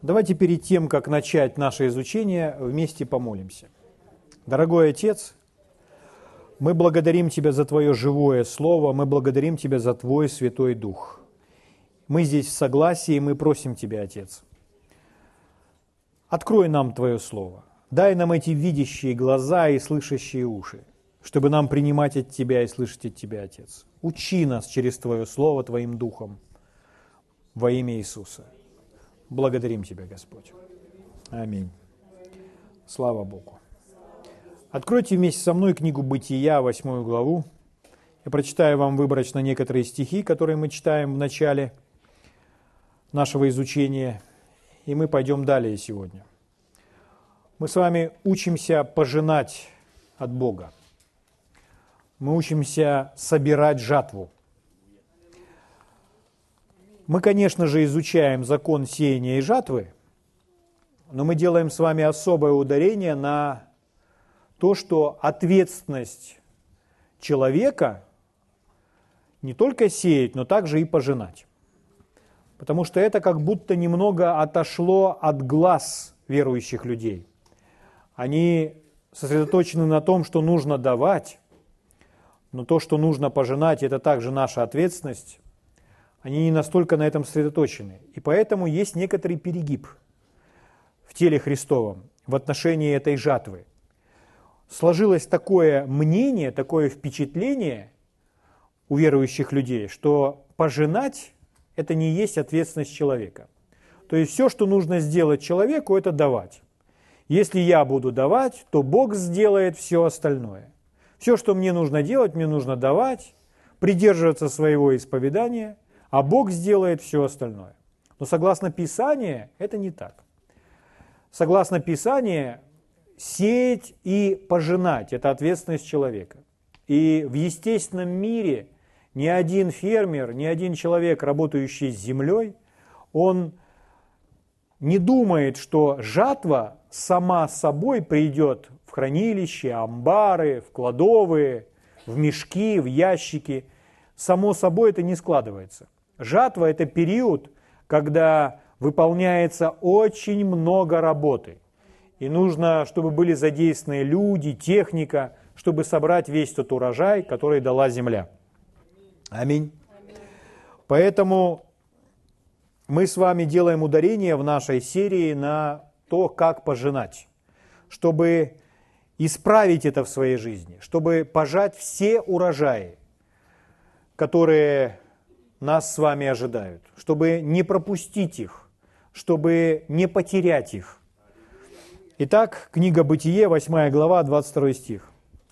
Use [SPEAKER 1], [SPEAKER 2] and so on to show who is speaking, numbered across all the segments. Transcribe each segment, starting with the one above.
[SPEAKER 1] Давайте перед тем, как начать наше изучение, вместе помолимся. Дорогой Отец, мы благодарим Тебя за Твое живое Слово, мы благодарим Тебя за Твой Святой Дух. Мы здесь в согласии, мы просим Тебя, Отец, открой нам Твое Слово, дай нам эти видящие глаза и слышащие уши, чтобы нам принимать от Тебя и слышать от Тебя, Отец. Учи нас через Твое Слово, Твоим Духом, во имя Иисуса. Благодарим Тебя, Господь. Аминь. Слава Богу. Откройте вместе со мной книгу Бытия, 8 главу. Я прочитаю вам выборочно некоторые стихи, которые мы читаем в начале нашего изучения, и мы пойдем далее сегодня. Мы с вами учимся пожинать от Бога. Мы учимся собирать жатву. Мы, конечно же, изучаем закон сеяния и жатвы, но мы делаем с вами особое ударение на то, что ответственность человека не только сеять, но также и пожинать. Потому что это как будто немного отошло от глаз верующих людей. Они сосредоточены на том, что нужно давать, но то, что нужно пожинать, это также наша ответственность. Они не настолько на этом сосредоточены. И поэтому есть некоторый перегиб в теле Христовом в отношении этой жатвы. Сложилось такое мнение, такое впечатление у верующих людей, что пожинать – это не есть ответственность человека. То есть все, что нужно сделать человеку, это давать. Если я буду давать, то Бог сделает все остальное. Все, что мне нужно делать, мне нужно давать, придерживаться своего исповедания, а Бог сделает все остальное. Но согласно Писанию, это не так. Согласно Писанию, сеять и пожинать – это ответственность человека. И в естественном мире ни один фермер, ни один человек, работающий с землей, он не думает, что жатва сама собой придет в хранилище, амбары, в кладовые, в мешки, в ящики. Само собой это не складывается. Жатва – это период, когда выполняется очень много работы. И нужно, чтобы были задействованы люди, техника, чтобы собрать весь тот урожай, который дала земля. Аминь. Поэтому мы с вами делаем ударение в нашей серии на то, как пожинать, чтобы исправить это в своей жизни, чтобы пожать все урожаи, которые нас с вами ожидают, чтобы не пропустить их, чтобы не потерять их. Итак, книга Бытие, 8 глава, 22 стих.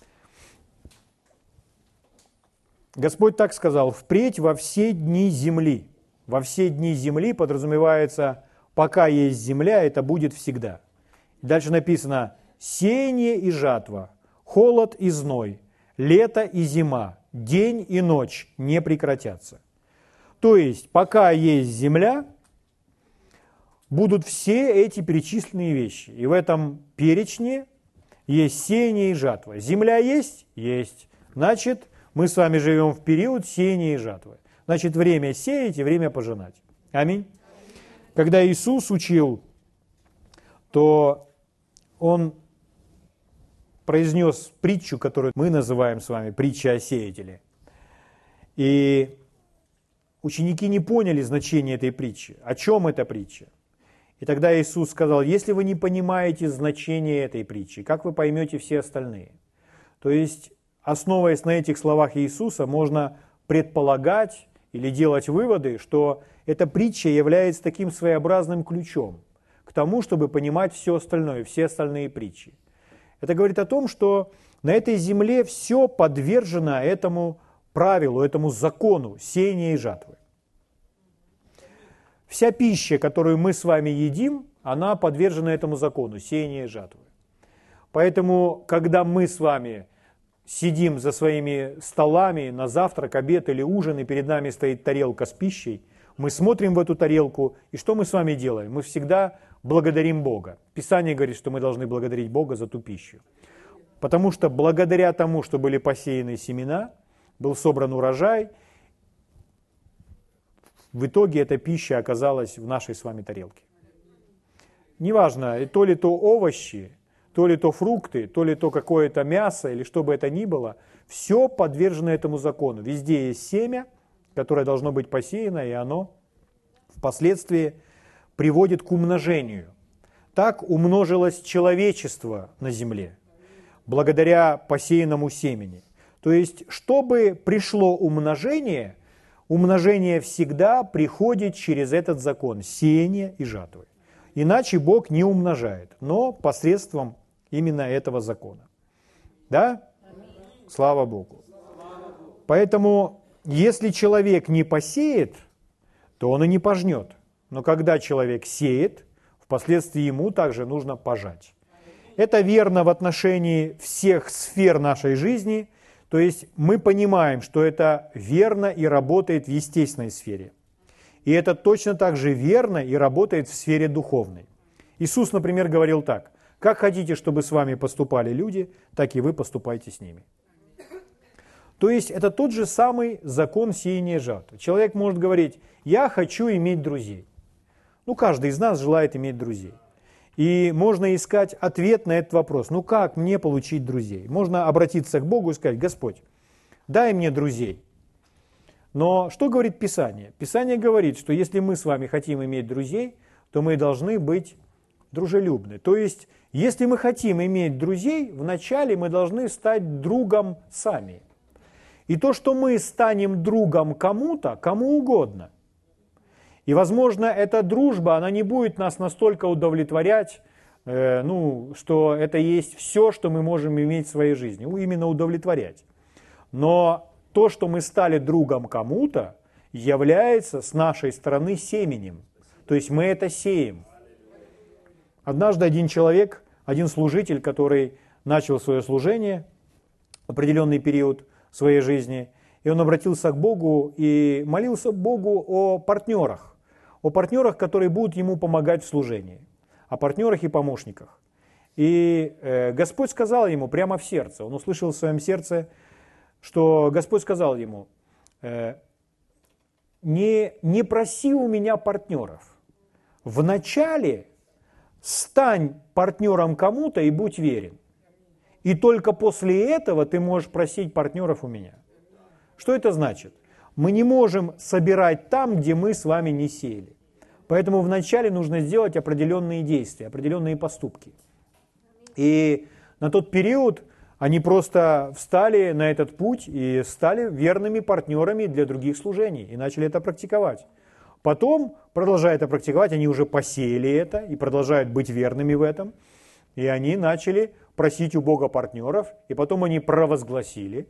[SPEAKER 1] Господь так сказал: «Впредь во все дни земли». Во все дни земли подразумевается, пока есть земля, это будет всегда. Дальше написано: «Сеяние и жатва, холод и зной, лето и зима, день и ночь не прекратятся». То есть, пока есть земля, будут все эти перечисленные вещи. И в этом перечне есть сеяние и жатва. Земля есть? Есть. Значит, мы с вами живем в период сеяния и жатвы. Значит, время сеять и время пожинать. Аминь. Когда Иисус учил, то Он произнес притчу, которую мы называем с вами притча о сеятеле. И ученики не поняли значение этой притчи. О чем эта притча? И тогда Иисус сказал: если вы не понимаете значение этой притчи, как вы поймете все остальные? То есть, основываясь на этих словах Иисуса, можно предполагать или делать выводы, что эта притча является таким своеобразным ключом к тому, чтобы понимать все остальное, все остальные притчи. Это говорит о том, что на этой земле все подвержено этому правилу, этому закону сеяния и жатвы. Вся пища, которую мы с вами едим, она подвержена этому закону сеяния и жатвы. Поэтому, когда мы с вами сидим за своими столами на завтрак, обед или ужин, и перед нами стоит тарелка с пищей, мы смотрим в эту тарелку, и что мы с вами делаем? Мы всегда благодарим Бога. Писание говорит, что мы должны благодарить Бога за ту пищу. Потому что благодаря тому, что были посеяны семена, был собран урожай, в итоге эта пища оказалась в нашей с вами тарелке. неважно, то ли то овощи, то ли то фрукты, то ли то какое-то мясо, или что бы это ни было, все подвержено этому закону. Везде есть семя, которое должно быть посеяно, и оно впоследствии приводит к умножению. Так умножилось человечество на земле, благодаря посеянному семени. То есть, чтобы пришло умножение, умножение всегда приходит через этот закон сеяния и жатвы. Иначе Бог не умножает, но посредством именно этого закона. Да? Слава Богу. Поэтому, если человек не посеет, то он и не пожнет. Но когда человек сеет, впоследствии ему также нужно пожать. Это верно в отношении всех сфер нашей жизни. То есть мы понимаем, что это верно и работает в естественной сфере. И это точно так же верно и работает в сфере духовной. Иисус, например, говорил так: «Как хотите, чтобы с вами поступали люди, так и вы поступайте с ними». То есть это тот же самый закон сеяния и жатвы. Человек может говорить: «Я хочу иметь друзей». Каждый из нас желает иметь друзей. И можно искать ответ на этот вопрос. Как мне получить друзей? Можно обратиться к Богу и сказать: «Господь, дай мне друзей». Но что говорит Писание? Писание говорит, что если мы с вами хотим иметь друзей, то мы должны быть дружелюбны. То есть, если мы хотим иметь друзей, вначале мы должны стать другом сами. И то, что мы станем другом кому-то, кому угодно. И, возможно, эта дружба, она не будет нас настолько удовлетворять, что это есть все, что мы можем иметь в своей жизни. Именно удовлетворять. Но то, что мы стали другом кому-то, является с нашей стороны семенем. То есть мы это сеем. Однажды один человек, один служитель, который начал свое служение в определенный период своей жизни, и он обратился к Богу и молился Богу о партнерах, которые будут ему помогать в служении, о партнерах и помощниках. И Господь сказал ему прямо в сердце, он услышал в своем сердце, что Господь сказал ему: не проси у меня партнеров, вначале стань партнером кому-то и будь верен. И только после этого ты можешь просить партнеров у меня. Что это значит? Мы не можем собирать там, где мы с вами не сеяли. Поэтому вначале нужно сделать определенные действия, определенные поступки. И на тот период они просто встали на этот путь и стали верными партнерами для других служений и начали это практиковать. Потом, продолжая это практиковать, они уже посеяли это и продолжают быть верными в этом. И они начали просить у Бога партнеров, и потом они провозгласили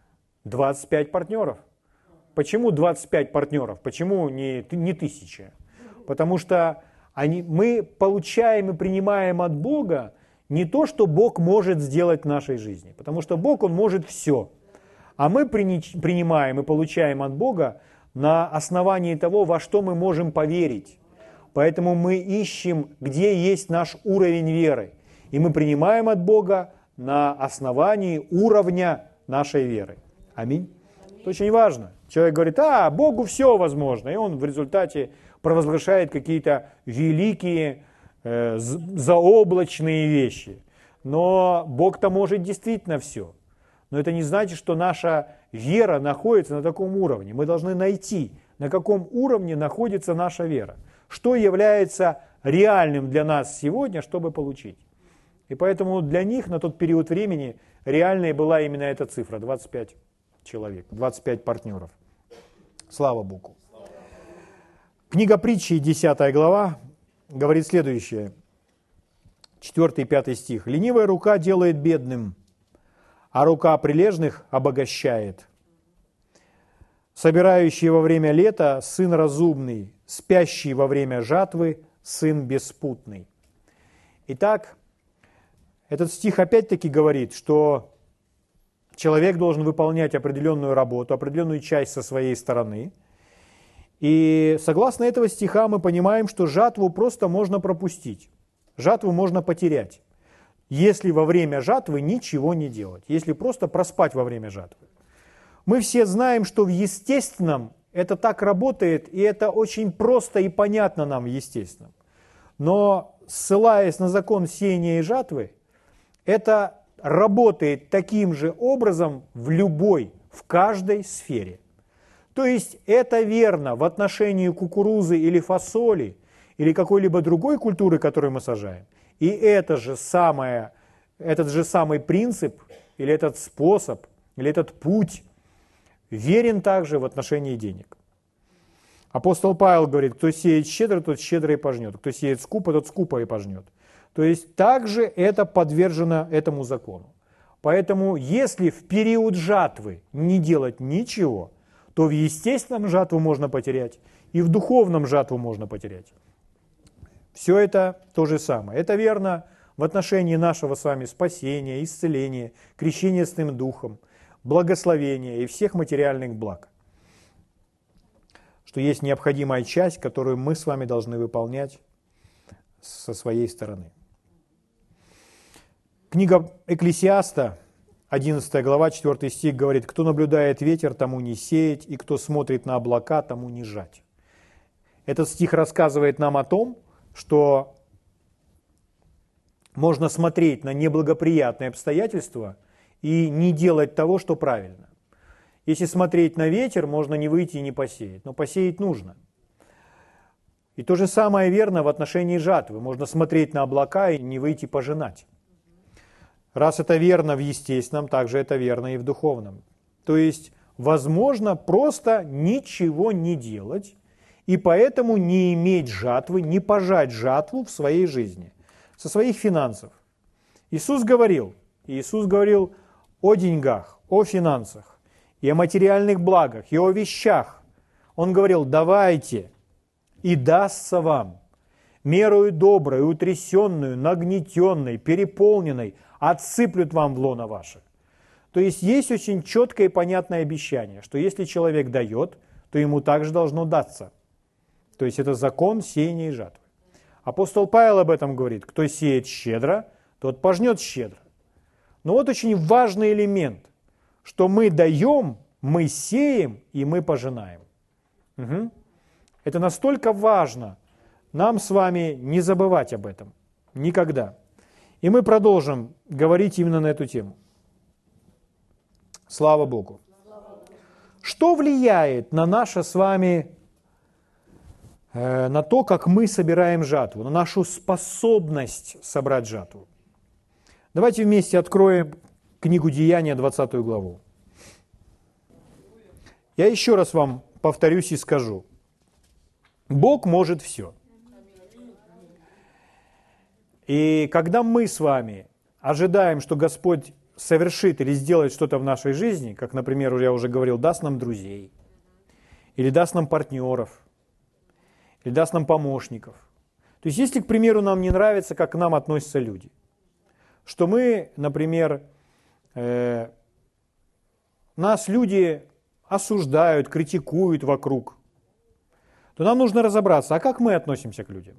[SPEAKER 1] 25 партнеров. Почему 25 партнеров? Почему не 1000? Потому что мы получаем и принимаем от Бога не то, что Бог может сделать в нашей жизни. Потому что Бог, Он может все. А мы принимаем и получаем от Бога на основании того, во что мы можем поверить. Поэтому мы ищем, где есть наш уровень веры. И мы принимаем от Бога на основании уровня нашей веры. Аминь. Это очень важно. Человек говорит: Богу все возможно. И он в результате провозглашает какие-то великие, заоблачные вещи. Но Бог-то может действительно все. Но это не значит, что наша вера находится на таком уровне. Мы должны найти, на каком уровне находится наша вера. Что является реальным для нас сегодня, чтобы получить. И поэтому для них на тот период времени реальной была именно эта цифра, 25 человек, 25 партнеров. Слава Богу. Книга Притчи, 10 глава, говорит следующее, 4 и 5 стих. «Ленивая рука делает бедным, а рука прилежных обогащает. Собирающий во время лета сын разумный, спящий во время жатвы сын беспутный». Итак, этот стих опять-таки говорит, что человек должен выполнять определенную работу, определенную часть со своей стороны. И согласно этого стиха мы понимаем, что жатву просто можно пропустить. Жатву можно потерять, если во время жатвы ничего не делать, если просто проспать во время жатвы. Мы все знаем, что в естественном это так работает, и это очень просто и понятно нам в естественном. Но ссылаясь на закон сеяния и жатвы, это работает таким же образом в каждой сфере. То есть это верно в отношении кукурузы или фасоли, или какой-либо другой культуры, которую мы сажаем. И этот же самый принцип, или этот способ, или этот путь верен также в отношении денег. Апостол Павел говорит, кто сеет щедро, тот щедро и пожнет. Кто сеет скупо, тот скупо и пожнет. То есть также это подвержено этому закону. Поэтому если в период жатвы не делать ничего, то в естественном жатву можно потерять, и в духовном жатву можно потерять. Все это то же самое. Это верно в отношении нашего с вами спасения, исцеления, крещения Святым Духом, благословения и всех материальных благ. Что есть необходимая часть, которую мы с вами должны выполнять со своей стороны. Книга Экклесиаста, 11 глава, 4 стих говорит, «Кто наблюдает ветер, тому не сеять, и кто смотрит на облака, тому не жать». Этот стих рассказывает нам о том, что можно смотреть на неблагоприятные обстоятельства и не делать того, что правильно. Если смотреть на ветер, можно не выйти и не посеять, но посеять нужно. И то же самое верно в отношении жатвы. Можно смотреть на облака и не выйти пожинать. Раз это верно в естественном, также это верно и в духовном. То есть, возможно просто ничего не делать, и поэтому не иметь жатвы, не пожать жатву в своей жизни, со своих финансов. Иисус говорил о деньгах, о финансах, и о материальных благах, и о вещах. Он говорил, давайте, и дастся вам, мерою доброй, утрясенную, нагнетенной, переполненной, отсыплют вам в лоно ваше. То есть очень четкое и понятное обещание, что если человек дает, то ему также должно даться. То есть это закон сеяния и жатвы. Апостол Павел об этом говорит, кто сеет щедро, тот пожнет щедро. Но вот очень важный элемент, что мы даем, мы сеем и мы пожинаем. Угу. Это настолько важно, нам с вами не забывать об этом. Никогда. И мы продолжим говорить именно на эту тему. Слава Богу. Что влияет на наше с вами, на то, как мы собираем жатву, на нашу способность собрать жатву? Давайте вместе откроем книгу Деяния, 20 главу. Я еще раз вам повторюсь и скажу. Бог может все. И когда мы с вами ожидаем, что Господь совершит или сделает что-то в нашей жизни, как, например, я уже говорил, даст нам друзей, или даст нам партнеров, или даст нам помощников. То есть, если, к примеру, нам не нравится, как к нам относятся люди, что мы, например, нас люди осуждают, критикуют вокруг, то нам нужно разобраться, а как мы относимся к людям?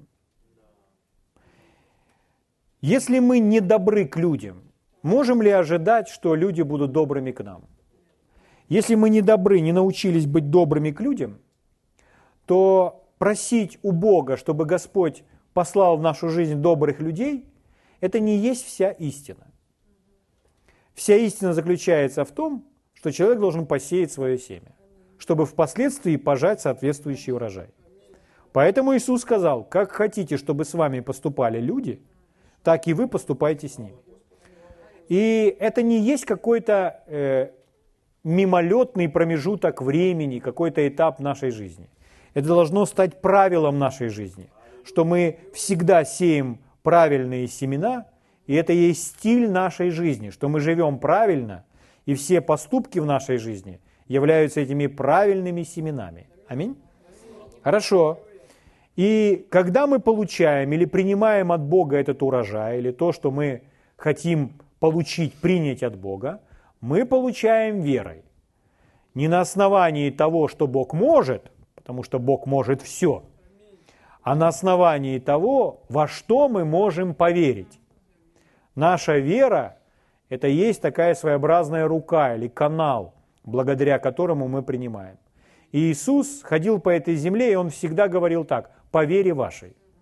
[SPEAKER 1] Если мы не добры к людям, можем ли ожидать, что люди будут добрыми к нам? Если мы не добры, не научились быть добрыми к людям, то просить у Бога, чтобы Господь послал в нашу жизнь добрых людей, это не есть вся истина. Вся истина заключается в том, что человек должен посеять свое семя, чтобы впоследствии пожать соответствующий урожай. Поэтому Иисус сказал, как хотите, чтобы с вами поступали люди, так и вы поступайте с ними. И это не есть какой-то мимолетный промежуток времени, какой-то этап нашей жизни. Это должно стать правилом нашей жизни, что мы всегда сеем правильные семена, и это есть стиль нашей жизни, что мы живем правильно, и все поступки в нашей жизни являются этими правильными семенами. Аминь? Хорошо. И когда мы получаем или принимаем от Бога этот урожай, или то, что мы хотим получить, принять от Бога, мы получаем верой. Не на основании того, что Бог может, потому что Бог может все, а на основании того, во что мы можем поверить. Наша вера – это есть такая своеобразная рука или канал, благодаря которому мы принимаем. И Иисус ходил по этой земле, и Он всегда говорил так: «По вере вашей».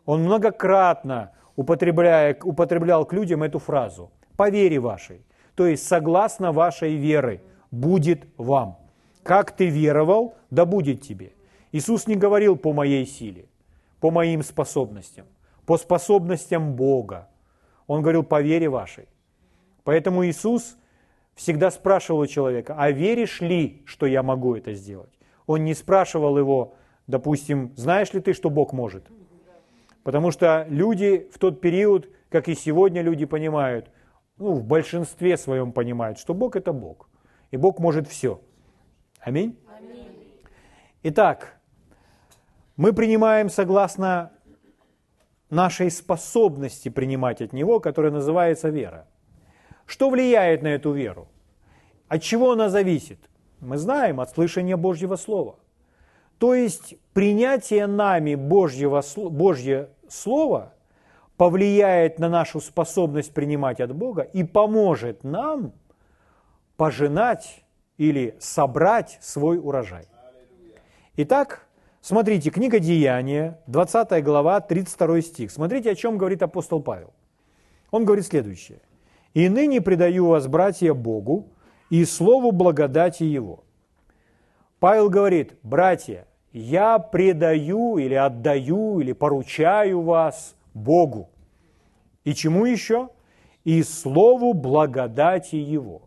[SPEAKER 1] Он многократно употреблял к людям эту фразу «по вере вашей», то есть «согласно вашей веры будет вам». Как ты веровал, да будет тебе. Иисус не говорил «по моей силе», по моим способностям, по способностям Бога. Он говорил «по вере вашей». Поэтому Иисус всегда спрашивал у человека: «А веришь ли, что я могу это сделать?» Он не спрашивал его, допустим, «Знаешь ли ты, что Бог может?» Потому что люди в тот период, как и сегодня люди понимают, в большинстве своем понимают, что Бог – это Бог. И Бог может все. Аминь? Аминь. Итак, мы принимаем согласно нашей способности принимать от Него, которая называется вера. Что влияет на эту веру? От чего она зависит? Мы знаем, от слышания Божьего Слова. То есть принятие нами Божье Слово повлияет на нашу способность принимать от Бога и поможет нам пожинать или собрать свой урожай. Итак, смотрите, книга Деяния, 20 глава, 32 стих. Смотрите, о чем говорит апостол Павел. Он говорит следующее. «И ныне предаю вас, братья, Богу и слову благодати Его». Павел говорит: братья, я предаю или отдаю или поручаю вас Богу. И чему еще? И слову благодати Его.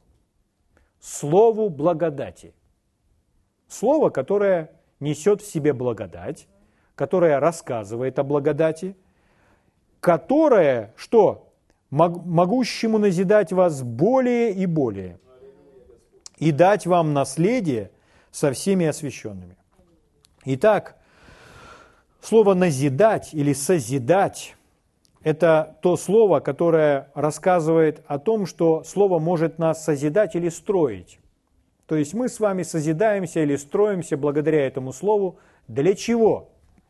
[SPEAKER 1] Слову благодати. Слово, которое несет в себе благодать, которое рассказывает о благодати, которое, что? Могущему назидать вас более и более, и дать вам наследие со всеми освященными. Итак, слово «назидать» или «созидать» – это то слово, которое рассказывает о том, что слово может нас созидать или строить. То есть мы с вами созидаемся или строимся благодаря этому слову. Для чего?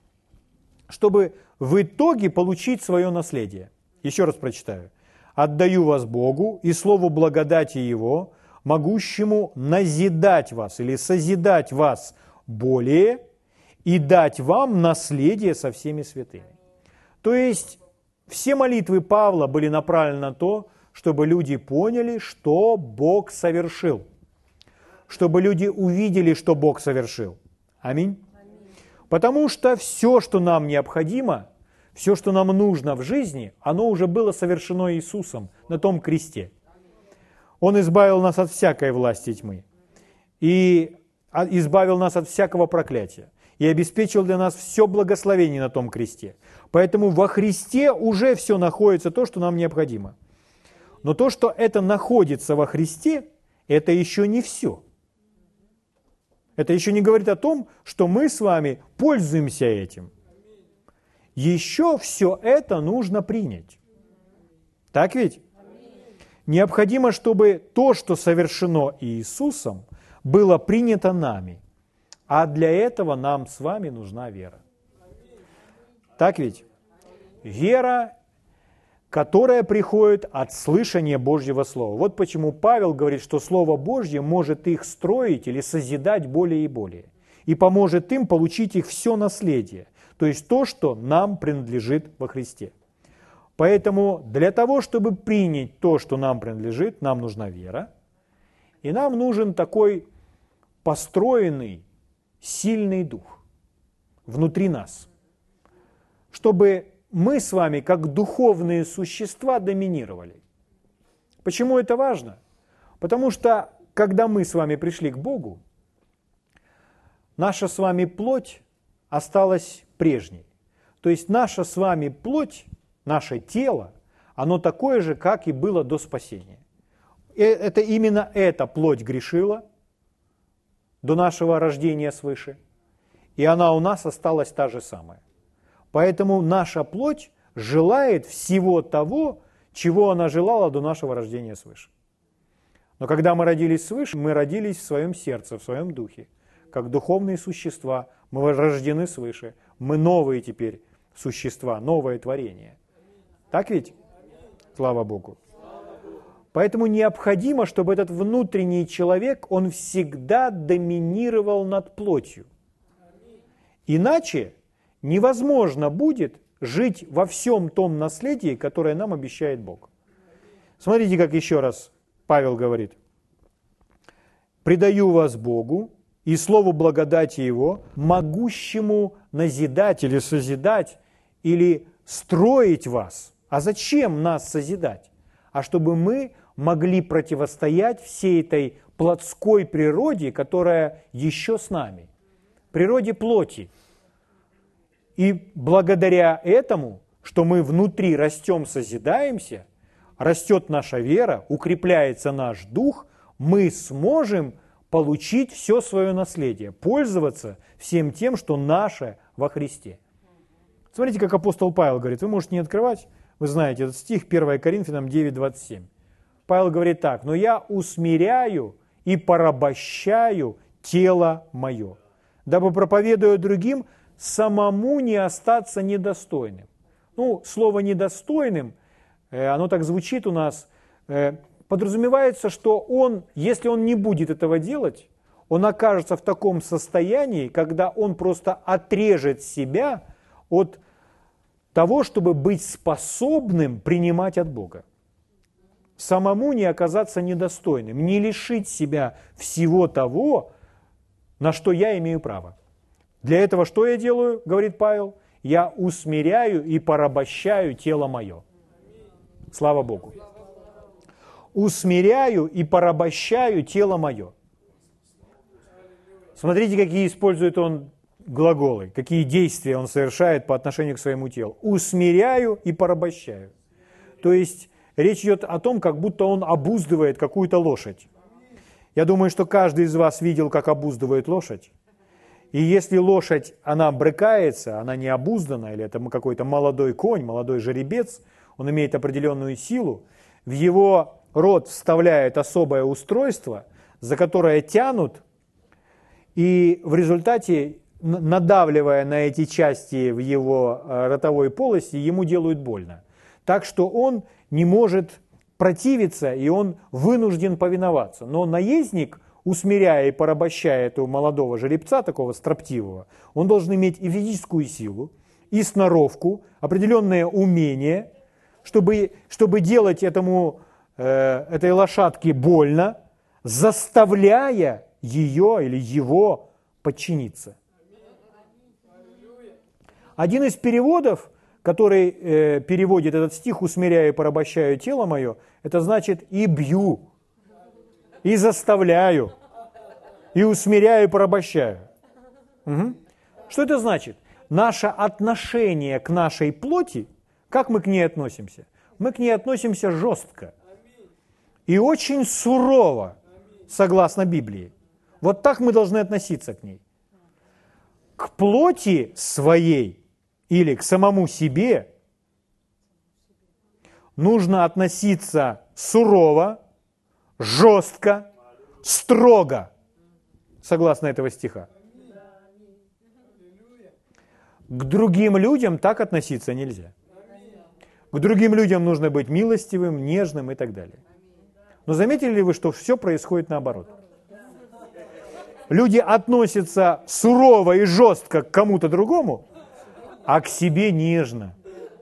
[SPEAKER 1] Чтобы в итоге получить свое наследие. Еще раз прочитаю. «Отдаю вас Богу и слову благодати Его, могущему назидать вас или созидать вас более и дать вам наследие со всеми святыми». То есть все молитвы Павла были направлены на то, чтобы люди поняли, что Бог совершил. Чтобы люди увидели, что Бог совершил. Аминь. Потому что все, что нам необходимо, все, что нам нужно в жизни, оно уже было совершено Иисусом на том кресте. Он избавил нас от всякой власти тьмы и избавил нас от всякого проклятия и обеспечил для нас все благословение на том кресте. Поэтому во Христе уже все находится, то, что нам необходимо. Но то, что это находится во Христе, это еще не все. Это еще не говорит о том, что мы с вами пользуемся этим. Еще все это нужно принять. Так ведь? Необходимо, чтобы то, что совершено Иисусом, было принято нами. А для этого нам с вами нужна вера. Так ведь? Вера, которая приходит от слышания Божьего Слова. Вот почему Павел говорит, что Слово Божье может их строить или созидать более и более. И поможет им получить их все наследие. То есть то, что нам принадлежит во Христе. Поэтому для того, чтобы принять то, что нам принадлежит, нам нужна вера. И нам нужен такой построенный, сильный дух внутри нас. Чтобы мы с вами, как духовные существа, доминировали. Почему это важно? Потому что, когда мы с вами пришли к Богу, наша с вами плоть осталась прежней. То есть наша с вами плоть, наше тело, оно такое же, как и было до спасения. Это именно эта плоть грешила до нашего рождения свыше, и она у нас осталась та же самая. Поэтому наша плоть желает всего того, чего она желала до нашего рождения свыше. Но когда мы родились свыше, мы родились в своем сердце, в своем духе. Как духовные существа, мы рождены свыше. Мы новые теперь существа, новое творение. Так ведь? Слава Богу. Поэтому необходимо, чтобы этот внутренний человек, он всегда доминировал над плотью. Иначе невозможно будет жить во всем том наследии, которое нам обещает Бог. Смотрите, как еще раз Павел говорит. «Предаю вас Богу и слову благодати Его, могущему назидать или созидать, или строить вас». А зачем нас созидать? А чтобы мы могли противостоять всей этой плотской природе, которая еще с нами, природе плоти. И благодаря этому, что мы внутри растем, созидаемся, растет наша вера, укрепляется наш дух, мы сможем получить все свое наследие, пользоваться всем тем, что наше во Христе. Смотрите, как апостол Павел говорит, вы можете не открывать, вы знаете этот стих, 1 Коринфянам 9:27. Павел говорит так, «Но я усмиряю и порабощаю тело мое, дабы, проповедуя другим, самому не остаться недостойным». Ну, слово «недостойным», оно так звучит у нас, подразумевается, что он, если он не будет этого делать, он окажется в таком состоянии, когда он просто отрежет себя от того, чтобы быть способным принимать от Бога. Самому не оказаться недостойным, не лишить себя всего того, на что я имею право. Для этого что я делаю, говорит Павел? Я усмиряю и порабощаю тело мое. Слава Богу. Усмиряю и порабощаю тело мое. Смотрите, какие использует он глаголы, какие действия он совершает по отношению к своему телу. Усмиряю и порабощаю. То есть речь идет о том, как будто он обуздывает какую-то лошадь. Я думаю, что каждый из вас видел, как обуздывает лошадь. И если лошадь, она брыкается, она не обуздана, или это какой-то молодой конь, молодой жеребец, он имеет определенную силу, в его рот вставляют особое устройство, за которое тянут, и в результате, надавливая на эти части в его ротовой полости, ему делают больно. Так что он не может противиться, и он вынужден повиноваться. Но наездник, усмиряя и порабощая этого молодого жеребца, такого строптивого, он должен иметь и физическую силу, и сноровку, определенное умение, чтобы делать этой лошадке больно, заставляя ее или его подчиниться. Один из переводов, который переводит этот стих «усмиряю и порабощаю тело мое», это значит «и бью, и заставляю, и усмиряю и порабощаю». Угу. Что это значит? Наше отношение к нашей плоти, как мы к ней относимся? Мы к ней относимся жестко и очень сурово, согласно Библии. Вот так мы должны относиться к ней. К плоти своей или к самому себе нужно относиться сурово, жестко, строго, согласно этого стиха. К другим людям так относиться нельзя. К другим людям нужно быть милостивым, нежным и так далее. Но заметили ли вы, что все происходит наоборот? Люди относятся сурово и жестко к кому-то другому, а к себе нежно.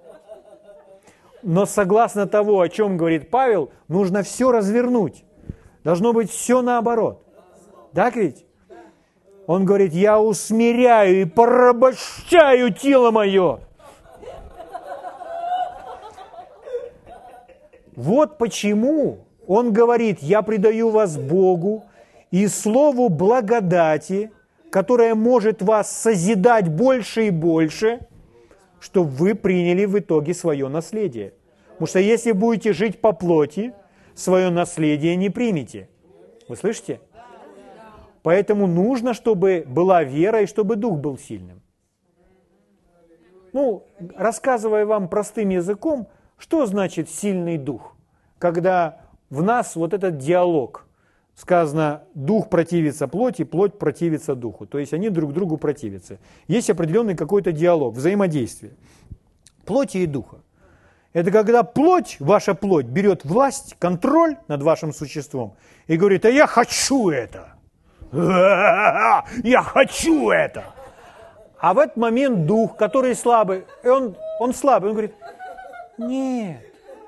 [SPEAKER 1] Но согласно того, о чем говорит Павел, нужно все развернуть. Должно быть все наоборот. Так ведь? Он говорит, я усмиряю и порабощаю тело мое. Вот почему он говорит, я предаю вас Богу и слову благодати, которое может вас созидать больше и больше, чтобы вы приняли в итоге свое наследие. Потому что если будете жить по плоти, свое наследие не примете. Вы слышите? Поэтому нужно, чтобы была вера и чтобы дух был сильным. Ну, рассказывая вам простым языком, что значит сильный дух? Когда в нас вот этот диалог, сказано, дух противится плоти, плоть противится духу. То есть они друг другу противятся. Есть определенный какой-то диалог, взаимодействие плоти и духа. Это когда плоть, ваша плоть, берет власть, контроль над вашим существом и говорит, а я хочу это. Я хочу это. А в этот момент дух, который слабый, и он слабый, он говорит, нет.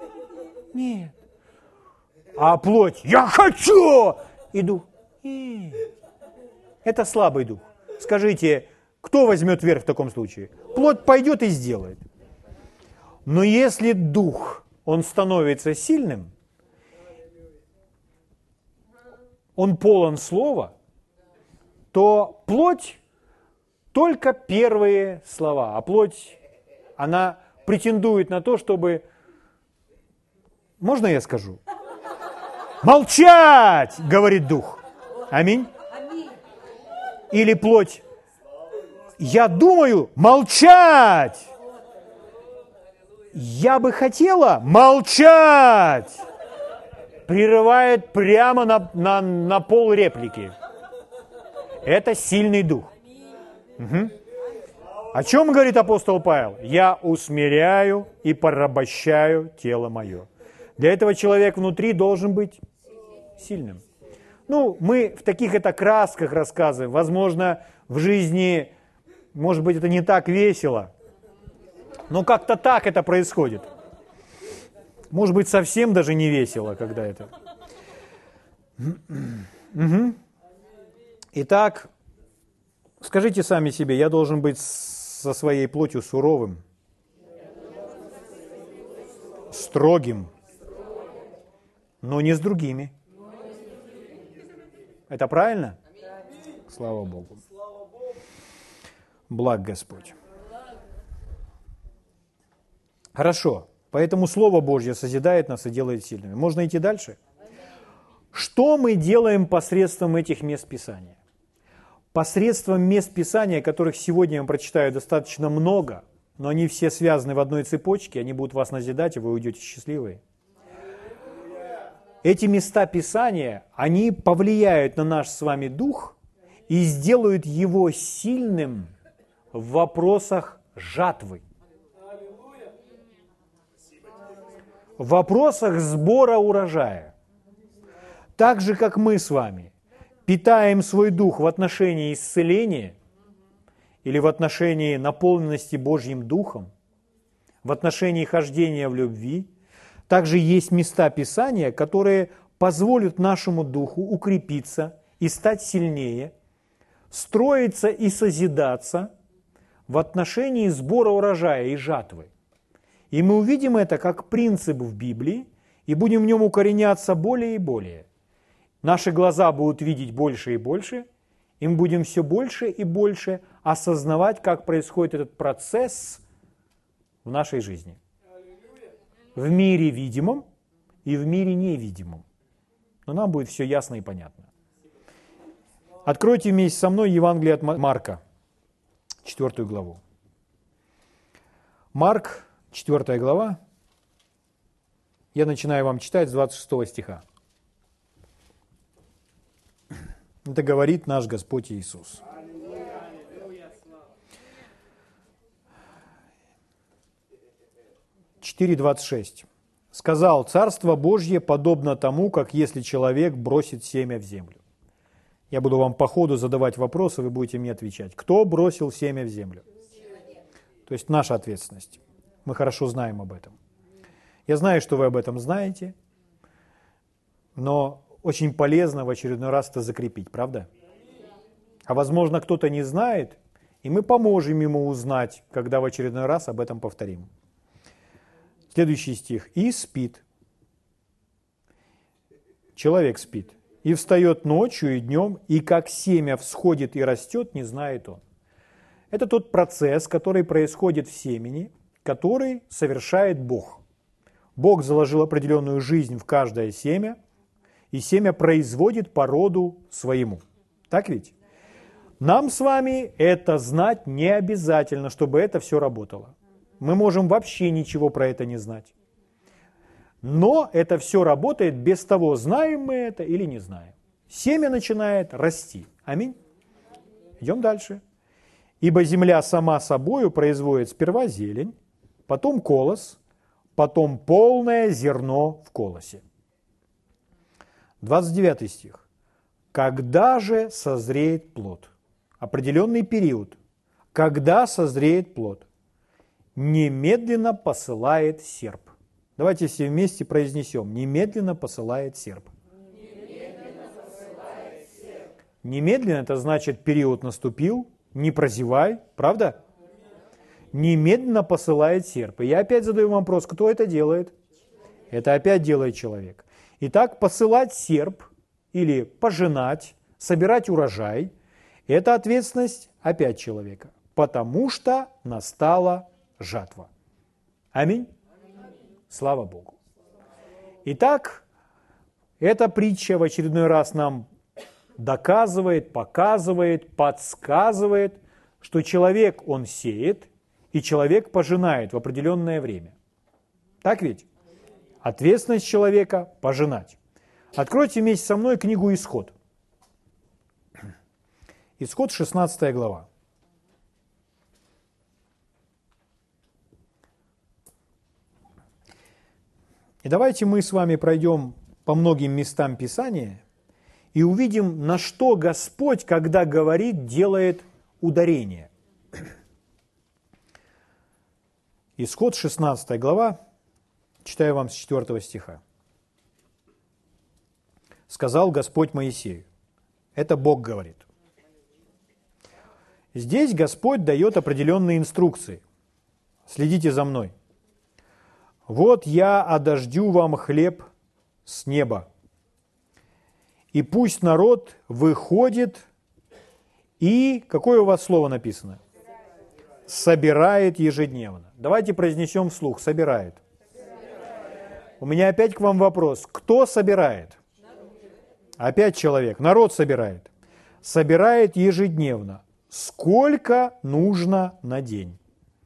[SPEAKER 1] А плоть, я хочу! И дух, нет. Это слабый дух. Скажите, кто возьмет верх в таком случае? Плоть пойдет и сделает. Но если дух, он становится сильным, он полон слова, то плоть только первые слова. А плоть, она претендует на то, чтобы... Можно я скажу? Молчать, говорит дух. Аминь. Или плоть, я думаю, молчать. Я бы хотела молчать. Прерывает прямо на пол реплики. Это сильный дух. Угу. О чем говорит апостол Павел? Я усмиряю и порабощаю тело мое. Для этого человек внутри должен быть сильным. Ну, мы в таких это красках рассказываем. Возможно, в жизни, может быть, это не так весело. Но как-то так это происходит. Может быть, совсем даже не весело, когда это. Угу. Итак, скажите сами себе, я должен быть со своей плотью суровым, строгим, но не с другими. Это правильно? Слава Богу. Благ Господь. Хорошо. Поэтому Слово Божье созидает нас и делает сильными. Можно идти дальше? Что мы делаем посредством этих мест Писания? Посредством мест Писания, которых сегодня я прочитаю достаточно много, но они все связаны в одной цепочке, они будут вас назидать, и вы уйдете счастливые. Эти места Писания, они повлияют на наш с вами дух и сделают его сильным в вопросах жатвы. В вопросах сбора урожая. Так же, как мы с вами питаем свой дух в отношении исцеления или в отношении наполненности Божьим Духом, в отношении хождения в любви, также есть места Писания, которые позволят нашему духу укрепиться и стать сильнее, строиться и созидаться в отношении сбора урожая и жатвы. И мы увидим это как принцип в Библии и будем в нем укореняться более и более. Наши глаза будут видеть больше и больше, и мы будем все больше и больше осознавать, как происходит этот процесс в нашей жизни. В мире видимом и в мире невидимом. Но нам будет все ясно и понятно. Откройте вместе со мной Евангелие от Марка, 4 главу. Марк, 4 глава. Я начинаю вам читать с 26 стиха. Это говорит наш Господь Иисус. 4:26. Сказал, Царство Божье подобно тому, как если человек бросит семя в землю. Я буду вам по ходу задавать вопросы, вы будете мне отвечать. Кто бросил семя в землю? То есть наша ответственность. Мы хорошо знаем об этом. Я знаю, что вы об этом знаете, но очень полезно в очередной раз это закрепить, правда? А возможно, кто-то не знает, и мы поможем ему узнать, когда в очередной раз об этом повторим. Следующий стих. «И спит». Человек спит. «И встает ночью и днем, и как семя всходит и растет, не знает он». Это тот процесс, который происходит в семени, который совершает Бог. Бог заложил определенную жизнь в каждое семя, и семя производит по роду своему. Так ведь? Нам с вами это знать не обязательно, чтобы это все работало. Мы можем вообще ничего про это не знать. Но это все работает без того, знаем мы это или не знаем. Семя начинает расти. Аминь. Идем дальше. «Ибо земля сама собою производит сперва зелень, потом колос, потом полное зерно в колосе». 29 стих. «Когда же созреет плод?» Определенный период. когда созреет плод, немедленно посылает серп. Давайте все вместе произнесем. Немедленно посылает серп. Немедленно это значит период наступил, не прозевай, правда? Немедленно посылает серп. И я опять задаю вам вопрос, кто это делает? Это опять делает человек. Итак, посылать серп или пожинать, собирать урожай – это ответственность опять человека, потому что настала жатва. Аминь. Слава Богу. Итак, эта притча в очередной раз нам доказывает, показывает, подсказывает, что человек, он сеет, и человек пожинает в определенное время. Так ведь? Ответственность человека – пожинать. Откройте вместе со мной книгу «Исход». Исход, 16 глава. И давайте мы с вами пройдем по многим местам Писания и увидим, на что Господь, когда говорит, делает ударение. Исход, 16 глава, читаю вам с 4 стиха. «Сказал Господь Моисею». Это Бог говорит. Здесь Господь дает определенные инструкции. Следите за мной. «Вот я одождю вам хлеб с неба, и пусть народ выходит и...» Какое у вас слово написано? «Собирает ежедневно». Давайте произнесем вслух. «Собирает». У меня опять к вам вопрос. Кто собирает? Опять человек. Народ собирает. Собирает ежедневно. Сколько нужно на день,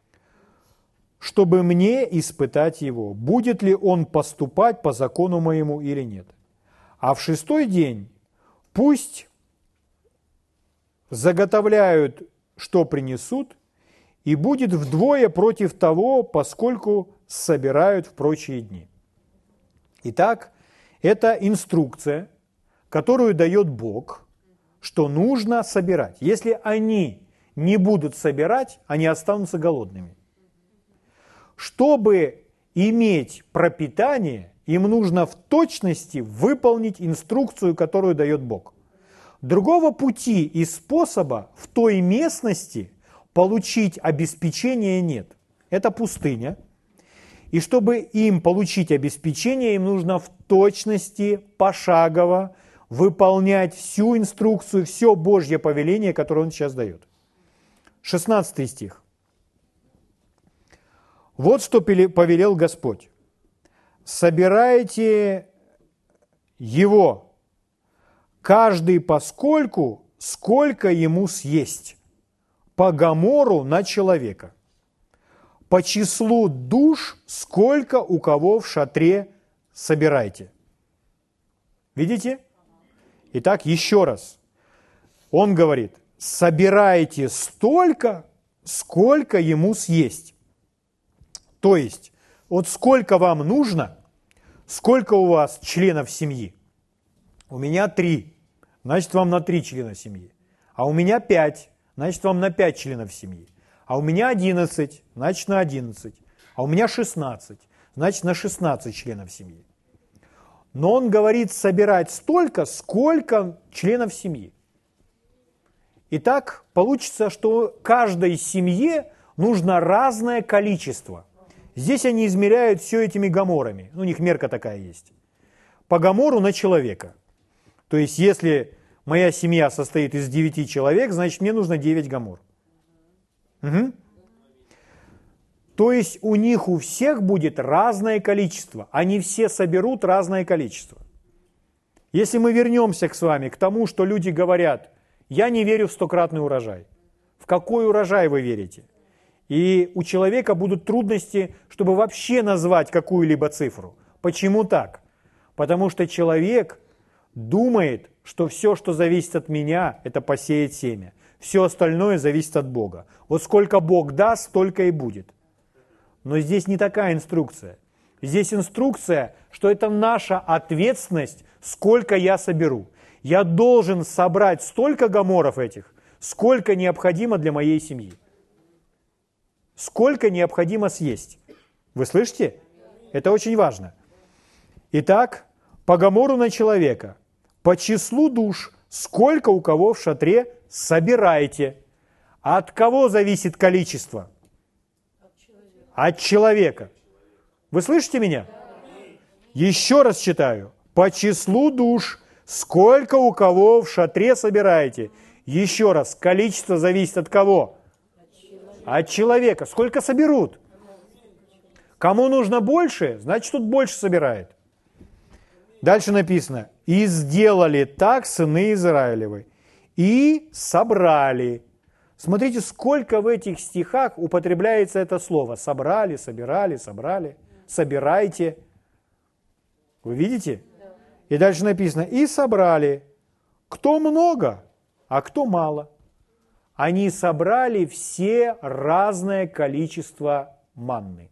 [SPEAKER 1] чтобы мне испытать его, будет ли он поступать по закону моему или нет. А в 6-й день пусть заготовляют, что принесут, и будет вдвое против того, поскольку собирают в прочие дни. Итак, это инструкция, которую дает Бог, что нужно собирать. Если они не будут собирать, они останутся голодными. Чтобы иметь пропитание, им нужно в точности выполнить инструкцию, которую дает Бог. Другого пути и способа в той местности получить обеспечение нет. Это пустыня. И чтобы им получить обеспечение, им нужно в точности, пошагово выполнять всю инструкцию, все Божье повеление, которое Он сейчас дает. 16 стих. «Вот что повелел Господь. Собирайте его, каждый поскольку, сколько ему съесть, по гомору на человека, по числу душ, сколько у кого в шатре собирайте». Видите? Итак, еще раз. Он говорит, собирайте столько, сколько ему съесть. То есть, вот сколько вам нужно, сколько у вас членов семьи? У меня 3, значит, вам на 3 члена семьи. А у меня 5, значит, вам на 5 членов семьи. А у меня 11, значит, на 11. А у меня 16, значит, на 16 членов семьи. Но он говорит собирать столько, сколько членов семьи. Итак, получится, что каждой семье нужно разное количество. Здесь они измеряют все этими гоморами. У них мерка такая есть. По гомору на человека. То есть, если моя семья состоит из 9 человек, значит, мне нужно 9 гомор. Угу. То есть, у них у всех будет разное количество. Они все соберут разное количество. Если мы вернемся с вами к тому, что люди говорят, я не верю в 100-кратный урожай. В какой урожай вы верите? И у человека будут трудности, чтобы вообще назвать какую-либо цифру. Почему так? Потому что человек думает, что все, что зависит от меня, это посеять семя. Все остальное зависит от Бога. Вот сколько Бог даст, столько и будет. Но здесь не такая инструкция. Здесь инструкция, что это наша ответственность, сколько я соберу. Я должен собрать столько гоморов этих, сколько необходимо для моей семьи. сколько необходимо съесть. Вы слышите? Это очень важно. Итак, по гомору на человека, по числу душ, сколько у кого в шатре, собирайте. А от кого зависит количество? От человека. Вы слышите меня? Еще раз читаю. По числу душ, сколько у кого в шатре собираете. Еще раз, количество зависит от кого? От человека. Сколько соберут? Кому нужно больше, значит, тут больше собирает. Дальше написано. «И сделали так сыны Израилевы, и собрали». Смотрите, сколько в этих стихах употребляется это слово. Собрали, собирали, собрали. Собирайте. Вы видите? И дальше написано. И собрали. Кто много, а кто мало. Они собрали все разное количество манны.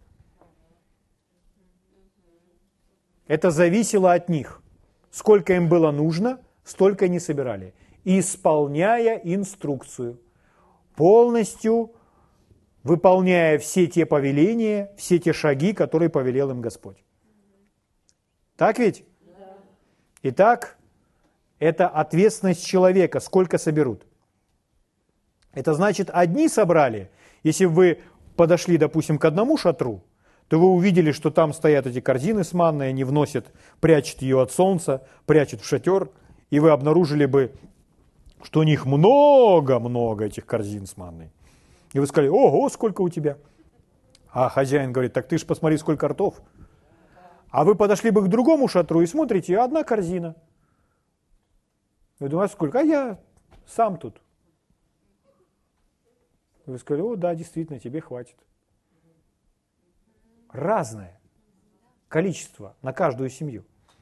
[SPEAKER 1] Это зависело от них. Сколько им было нужно, столько они собирали. Исполняя инструкцию. Полностью выполняя все те повеления, все те шаги, которые повелел им Господь. Так ведь? Итак, это ответственность человека, сколько соберут. Это значит, одни собрали. Если вы подошли, допустим, к одному шатру, то вы увидели, что там стоят эти корзины с манной, они вносят, прячут ее от солнца, прячут в шатер, и вы обнаружили бы, что у них много-много этих корзин с манной. И вы сказали, ого, сколько у тебя? А хозяин говорит, так ты ж посмотри, сколько ртов. А вы подошли бы к другому шатру и смотрите, одна корзина. Вы думаете, сколько? А я сам тут. Вы сказали, о, да, действительно, тебе хватит. Разное количество на каждую семью.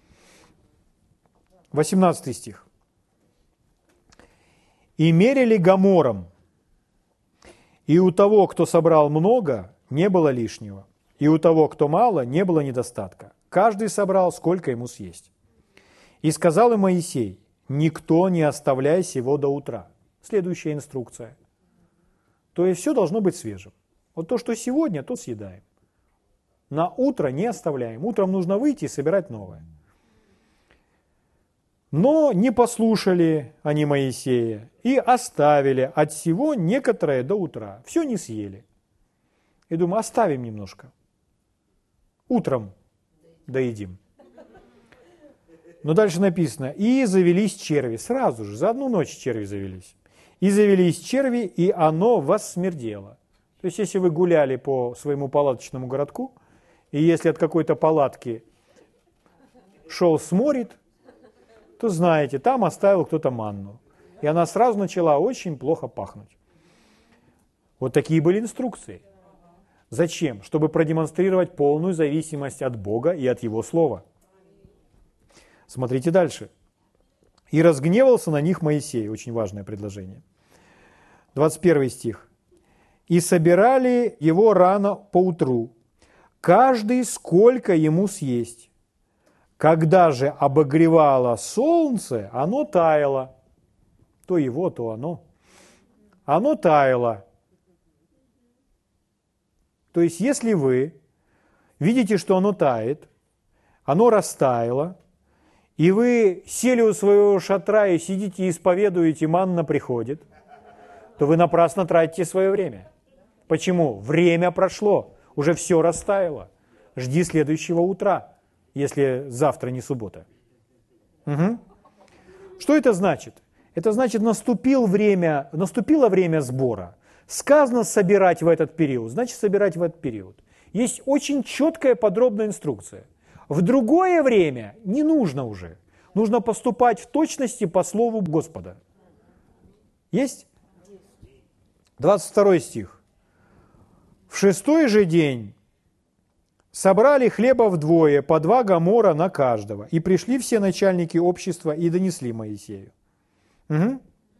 [SPEAKER 1] 18 стих. «И мерили гомором, и у того, кто собрал много, не было лишнего, и у того, кто мало, не было недостатка. Каждый собрал, сколько ему съесть. И сказал им Моисей, никто не оставляй сего до утра». Следующая инструкция. То есть все должно быть свежим. Вот то, что сегодня, то съедаем. На утро не оставляем. Утром нужно выйти и собирать новое. Но не послушали они Моисея и оставили от всего некоторое до утра. Все не съели. И думаю, оставим немножко. Утром доедим. Но дальше написано, и завелись черви. Сразу же, за одну ночь черви завелись. И завелись черви, и оно воссмердело. То есть, если вы гуляли по своему палаточному городку, и если от какой-то палатки шел сморид, то знаете, там оставил кто-то манну. И она сразу начала очень плохо пахнуть. Вот такие были инструкции. Зачем? Чтобы продемонстрировать полную зависимость от Бога и от Его Слова. Смотрите дальше. «И разгневался на них Моисей». Очень важное предложение. 21 стих. «И собирали его рано поутру, каждый сколько ему съесть. Когда же обогревало солнце, оно таяло». То его, то оно. Оно таяло. То есть, если вы видите, что оно тает, оно растаяло, и вы сели у своего шатра и сидите и исповедуете, манна приходит, то вы напрасно тратите свое время. Почему? Время прошло, уже все растаяло. Жди следующего утра, если завтра не суббота. Угу. Что это значит? Это значит, наступило время сбора. Сказано собирать в этот период, значит собирать в этот период. Есть очень четкая подробная инструкция. В другое время не нужно уже. Нужно поступать в точности по слову Господа. Есть? 22 стих. «В шестой же день собрали хлеба вдвое, по 2 гомора на каждого, и пришли все начальники общества и донесли Моисею». Угу.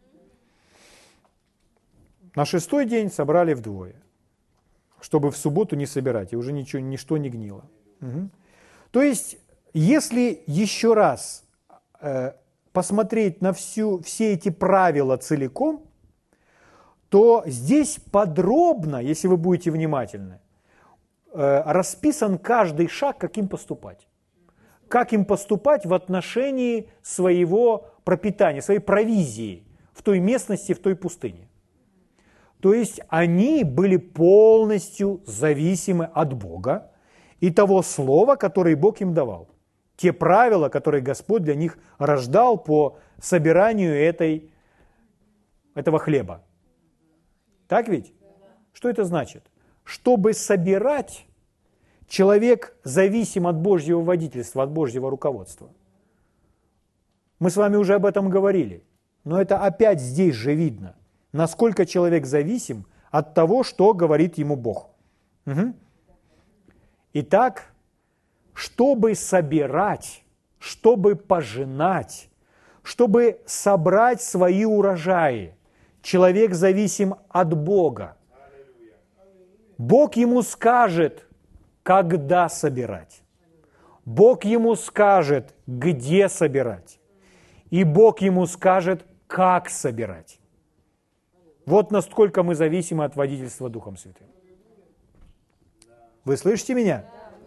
[SPEAKER 1] На 6-й день собрали вдвое, чтобы в субботу не собирать, и уже ничто не гнило. Угу. То есть, если еще раз посмотреть на все эти правила целиком, то здесь подробно, если вы будете внимательны, расписан каждый шаг, как им поступать. Как им поступать в отношении своего пропитания, своей провизии в той местности, в той пустыне. То есть они были полностью зависимы от Бога и того слова, которое Бог им давал. Те правила, которые Господь для них рождал по собиранию этого хлеба. Так ведь? Что это значит? Чтобы собирать, человек зависим от Божьего водительства, от Божьего руководства. Мы с вами уже об этом говорили, но это опять здесь же видно, насколько человек зависим от того, что говорит ему Бог. Угу. Итак, чтобы собирать, чтобы пожинать, чтобы собрать свои урожаи, человек зависим от Бога. Бог ему скажет, когда собирать. Бог ему скажет, где собирать. И Бог ему скажет, как собирать. Вот насколько мы зависимы от водительства Духом Святым. Вы слышите меня?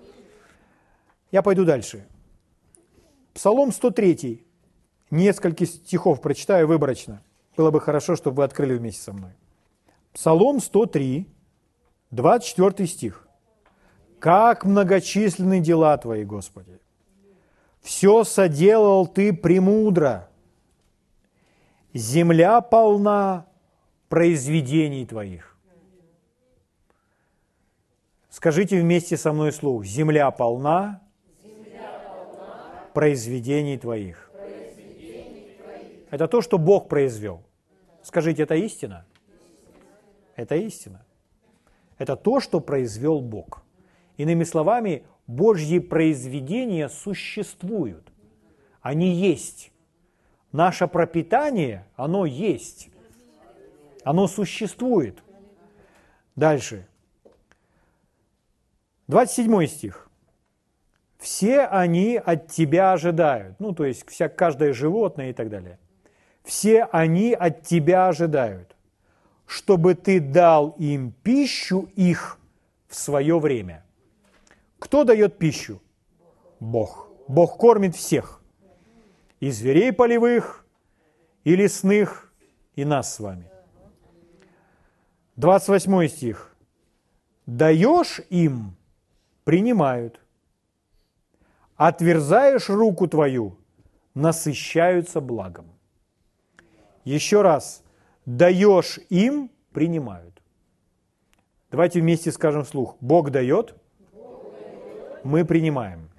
[SPEAKER 1] Я пойду дальше. Псалом 103. Несколько стихов прочитаю выборочно. Было бы хорошо, чтобы вы открыли вместе со мной. Псалом 103, 24 стих. «Как многочисленны дела Твои, Господи! Все соделал Ты премудро. Земля полна произведений Твоих». Скажите вместе со мной вслух. Земля полна произведений Твоих. Это то, что Бог произвел. Скажите, это истина? Это истина. Это то, что произвел Бог. Иными словами, Божьи произведения существуют. Они есть. Наше пропитание, оно есть. Оно существует. Дальше. 27 стих. «Все они от Тебя ожидают». Ну, то есть, каждое животное и так далее. «Все они от Тебя ожидают, чтобы Ты дал им пищу их в свое время». Кто дает пищу? Бог. Бог кормит всех. И зверей полевых, и лесных, и нас с вами. 28 стих. «Даешь им, принимают. Отверзаешь руку твою, насыщаются благом». Еще раз. Даешь им, принимают. Давайте вместе скажем вслух. Бог дает, мы принимаем.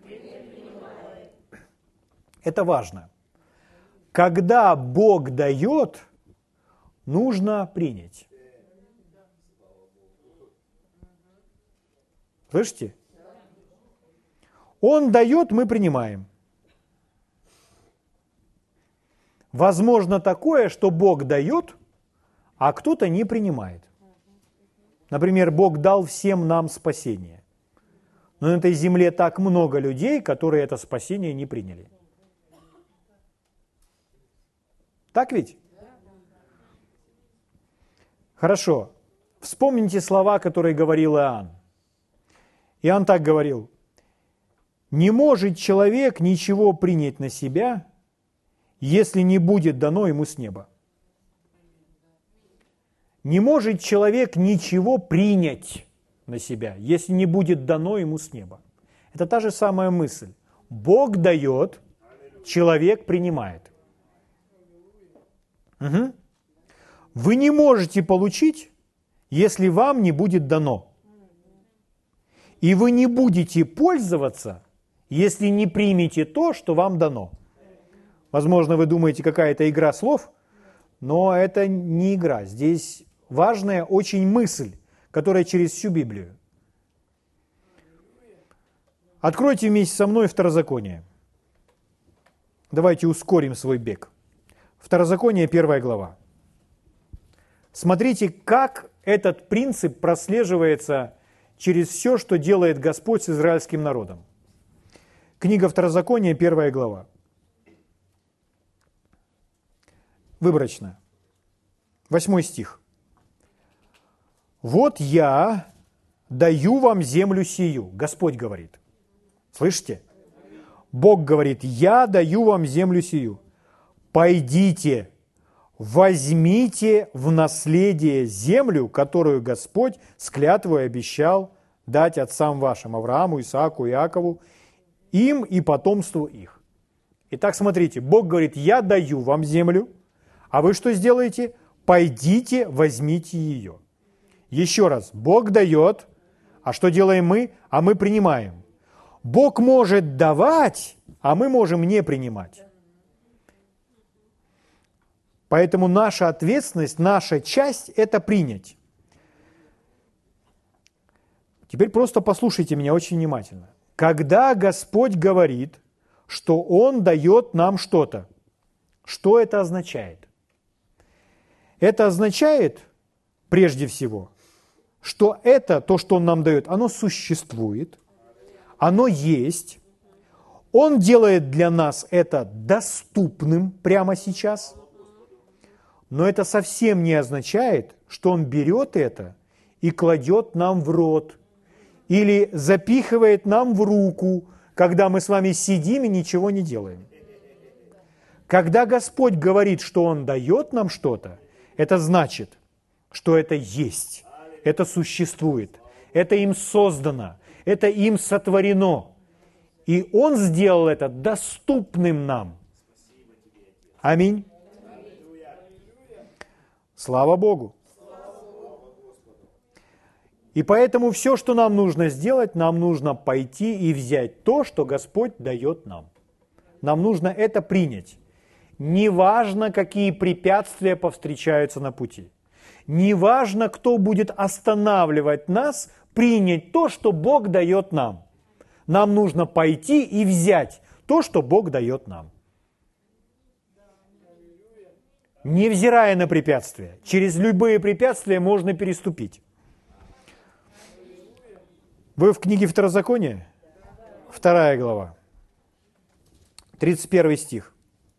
[SPEAKER 1] Это важно. Когда Бог дает, нужно принять. Слышите? Он дает, мы принимаем. Возможно такое, что Бог дает, а кто-то не принимает. Например, Бог дал всем нам спасение. Но на этой земле так много людей, которые это спасение не приняли. Так ведь? Хорошо. Вспомните слова, которые говорил Иоанн. Иоанн так говорил: «Не может человек ничего принять на себя, если не будет дано ему с неба». Не может человек ничего принять на себя, если не будет дано ему с неба. Это та же самая мысль. Бог дает, человек принимает. Угу. Вы не можете получить, если вам не будет дано. И вы не будете пользоваться, если не примете то, что вам дано. Возможно, вы думаете, какая-то игра слов, но это не игра. Здесь важная очень мысль, которая через всю Библию. Откройте вместе со мной Второзаконие. Давайте ускорим свой бег. Второзаконие, 1 глава. Смотрите, как этот принцип прослеживается через все, что делает Господь с израильским народом. Книга Второзакония, 1 глава. Выборочно. 8 стих. Вот я даю вам землю сию. Господь говорит. Слышите? Бог говорит, я даю вам землю сию. Пойдите, возьмите в наследие землю, которую Господь с клятвой обещал дать отцам вашим, Аврааму, Исааку, Иакову, им и потомству их. Итак, смотрите, Бог говорит, я даю вам землю, а вы что сделаете? Пойдите, возьмите ее. Еще раз, Бог дает, а что делаем мы? А мы принимаем. Бог может давать, а мы можем не принимать. Поэтому наша ответственность, наша часть – это принять. Теперь просто послушайте меня очень внимательно. Когда Господь говорит, что Он дает нам что-то, что это означает? Это означает, прежде всего, что это, то, что Он нам дает, оно существует, оно есть, Он делает для нас это доступным прямо сейчас, но это совсем не означает, что Он берет это и кладет нам в рот или запихивает нам в руку, когда мы с вами сидим и ничего не делаем. Когда Господь говорит, что Он дает нам что-то, это значит, что это есть, это существует, это им создано, это им сотворено. И Он сделал это доступным нам. Аминь. Слава Богу. И поэтому все, что нам нужно сделать, нам нужно пойти и взять то, что Господь дает нам. Нам нужно это принять. Неважно, какие препятствия повстречаются на пути. Неважно, кто будет останавливать нас, принять то, что Бог дает нам. Нам нужно пойти и взять то, что Бог дает нам. Невзирая на препятствия. Через любые препятствия можно переступить. Вы в книге Второзакония? 2 глава. 31 стих.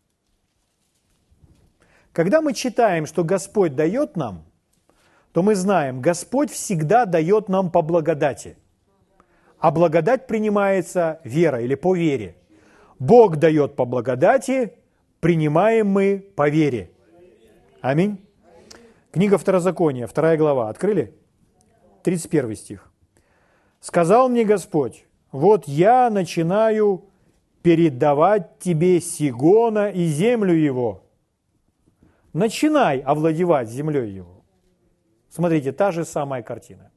[SPEAKER 1] Когда мы читаем, что Господь дает нам, то мы знаем, Господь всегда дает нам по благодати. А благодать принимается верой или по вере. Бог дает по благодати, принимаем мы по вере. Аминь. Книга Второзакония, 2 глава. Открыли? 31 стих. «Сказал мне Господь, вот я начинаю передавать тебе Сигона и землю его. Начинай овладевать землей его». Смотрите, та же самая картина.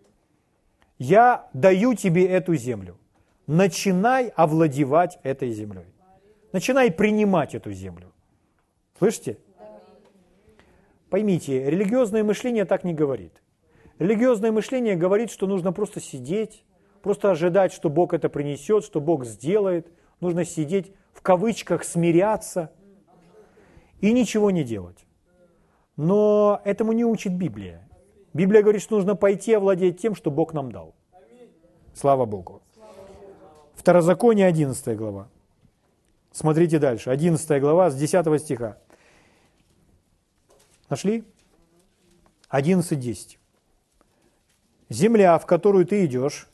[SPEAKER 1] Я даю тебе эту землю. Начинай овладевать этой землей. Начинай принимать эту землю. Слышите? Поймите, религиозное мышление так не говорит. Религиозное мышление говорит, что нужно просто сидеть, просто ожидать, что Бог это принесет, что Бог сделает. Нужно сидеть, в кавычках, смиряться и ничего не делать. Но этому не учит Библия. Библия говорит, что нужно пойти овладеть тем, что Бог нам дал. Слава Богу. Второзаконие, 11 глава. Смотрите дальше. 11 глава с 10 стиха. Нашли? 11:10. Земля, в которую ты идешь,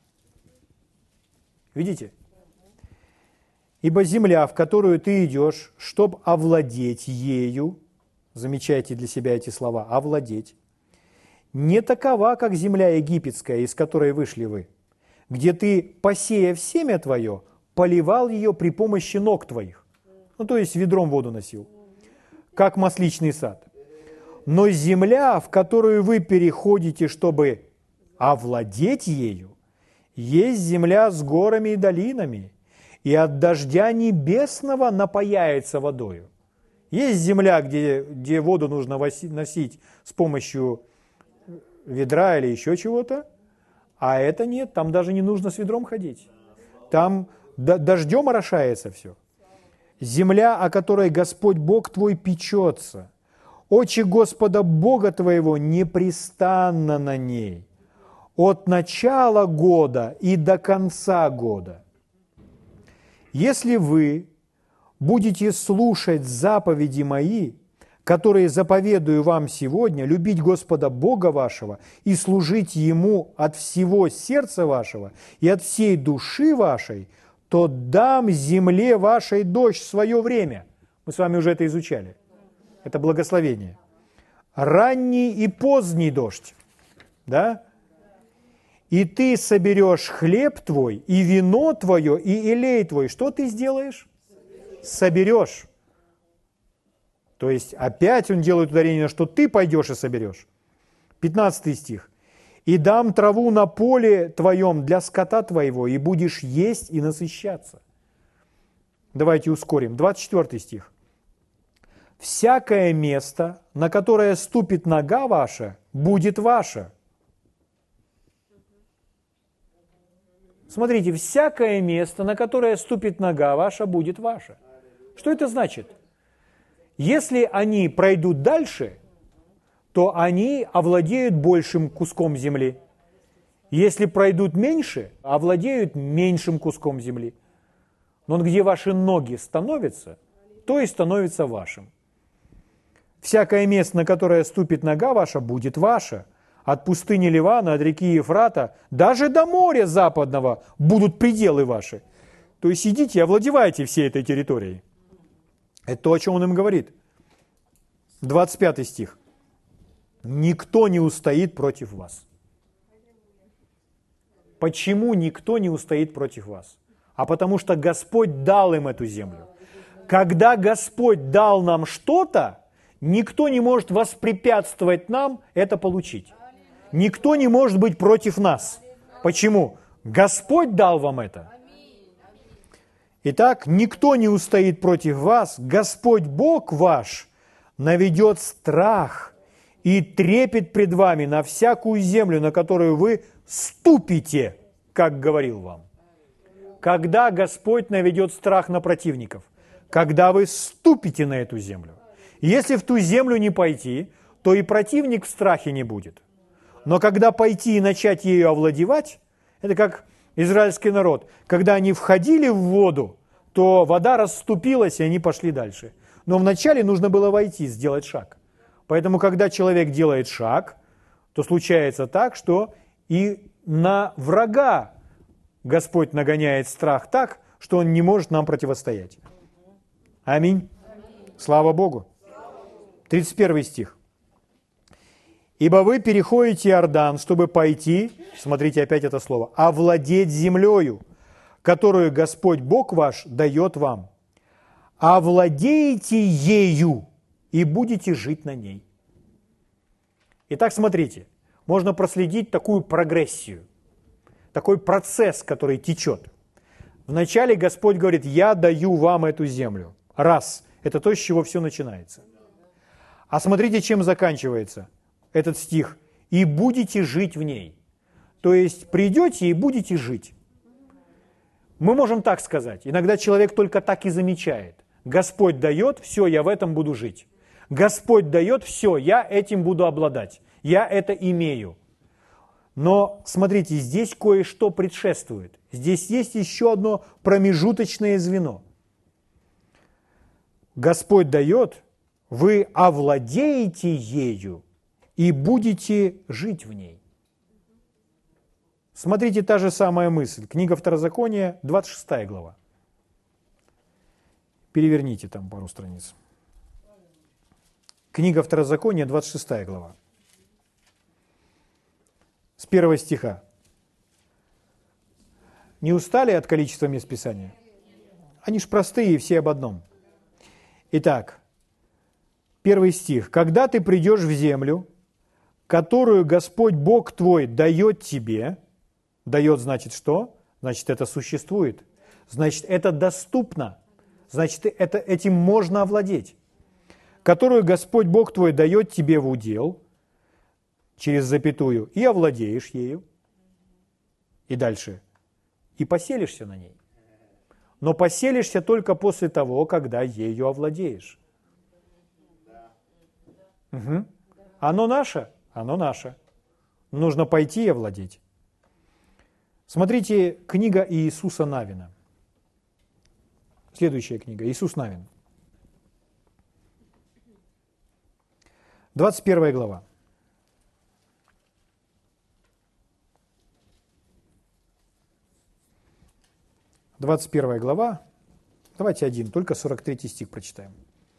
[SPEAKER 1] видите? Ибо земля, в которую ты идешь, чтоб овладеть ею, замечайте для себя эти слова, овладеть, не такова, как земля египетская, из которой вышли вы, где ты, посеяв семя твое, поливал ее при помощи ног твоих, то есть ведром воду носил, как масличный сад. Но земля, в которую вы переходите, чтобы овладеть ею, есть земля с горами и долинами, и от дождя небесного напаяется водою. Есть земля, где воду нужно носить с помощью ведра или еще чего-то, а это нет, там даже не нужно с ведром ходить. Там дождем орошается все. Земля, о которой Господь Бог твой печется, очи Господа Бога твоего непрестанно на ней, от начала года и до конца года. Если вы будете слушать заповеди мои, которые заповедую вам сегодня, любить Господа Бога вашего и служить Ему от всего сердца вашего и от всей души вашей, то дам земле вашей дождь в свое время». Мы с вами уже это изучали. Это благословение. Ранний и поздний дождь. Да? «И ты соберешь хлеб твой, и вино твое, и елей твой». Что ты сделаешь? Соберешь. То есть опять он делает ударение на что ты пойдешь и соберешь. 15 стих. «И дам траву на поле твоем для скота твоего, и будешь есть и насыщаться». Давайте ускорим. 24 стих. «Всякое место, на которое ступит нога ваша, будет ваше». Смотрите, всякое место, на которое ступит нога ваша, будет ваше. Что это значит? Если они пройдут дальше, то они овладеют большим куском земли. Если пройдут меньше, овладеют меньшим куском земли. Но где ваши ноги становятся, то и становится вашим. «Всякое место, на которое ступит нога ваша, будет ваше. От пустыни Ливана, от реки Ефрата, даже до моря западного будут пределы ваши». То есть идите и овладевайте всей этой территорией. Это то, о чем он им говорит. 25 стих. «Никто не устоит против вас». Почему никто не устоит против вас? А потому что Господь дал им эту землю. Когда Господь дал нам что-то, никто не может воспрепятствовать нам это получить. Никто не может быть против нас. Почему? Господь дал вам это. Итак, никто не устоит против вас. Господь Бог ваш наведет страх и трепет пред вами на всякую землю, на которую вы ступите, как говорил вам. Когда Господь наведет страх на противников? Когда вы ступите на эту землю. Если в ту землю не пойти, то и противник в страхе не будет. Но когда пойти и начать ею овладевать, это как израильский народ. Когда они входили в воду, то вода расступилась, и они пошли дальше. Но вначале нужно было войти, сделать шаг. Поэтому, когда человек делает шаг, то случается так, что и на врага Господь нагоняет страх так, что он не может нам противостоять. Аминь. Слава Богу. 31 стих. «Ибо вы переходите Иордан, чтобы пойти», смотрите опять это слово, «овладеть землею, которую Господь Бог ваш дает вам. Овладеете ею и будете жить на ней». Итак, смотрите, можно проследить такую прогрессию, такой процесс, который течет. Вначале Господь говорит: «Я даю вам эту землю». Раз. Это то, с чего все начинается. А смотрите, чем заканчивается этот стих. «И будете жить в ней». То есть придете и будете жить. Мы можем так сказать. Иногда человек только так и замечает. Господь дает, все, я в этом буду жить. Господь дает, все, я этим буду обладать. Я это имею. Но смотрите, здесь кое-что предшествует. Здесь есть еще одно промежуточное звено. Господь дает, вы овладеете ею и будете жить в ней. Смотрите, та же самая мысль. Книга Второзакония, 26 глава. Переверните там пару страниц. Книга Второзакония, 26 глава. С 1 стиха. Не устали от количества мест Писания? Они ж простые, все об одном. Итак, 1 стих. «Когда ты придешь в землю, которую Господь Бог твой дает тебе», дает, значит, что? Значит, это существует. Значит, это доступно. Значит, этим можно овладеть. «Которую Господь Бог твой дает тебе в удел», через запятую, «и овладеешь ею». И дальше. «И поселишься на ней». Но поселишься только после того, когда ею овладеешь. Угу. Оно наше? Оно наше. Нужно пойти и овладеть. Смотрите, книга Иисуса Навина. Следующая книга. Иисус Навин. 21 глава. 21 глава. Давайте один, только 43 стих прочитаем.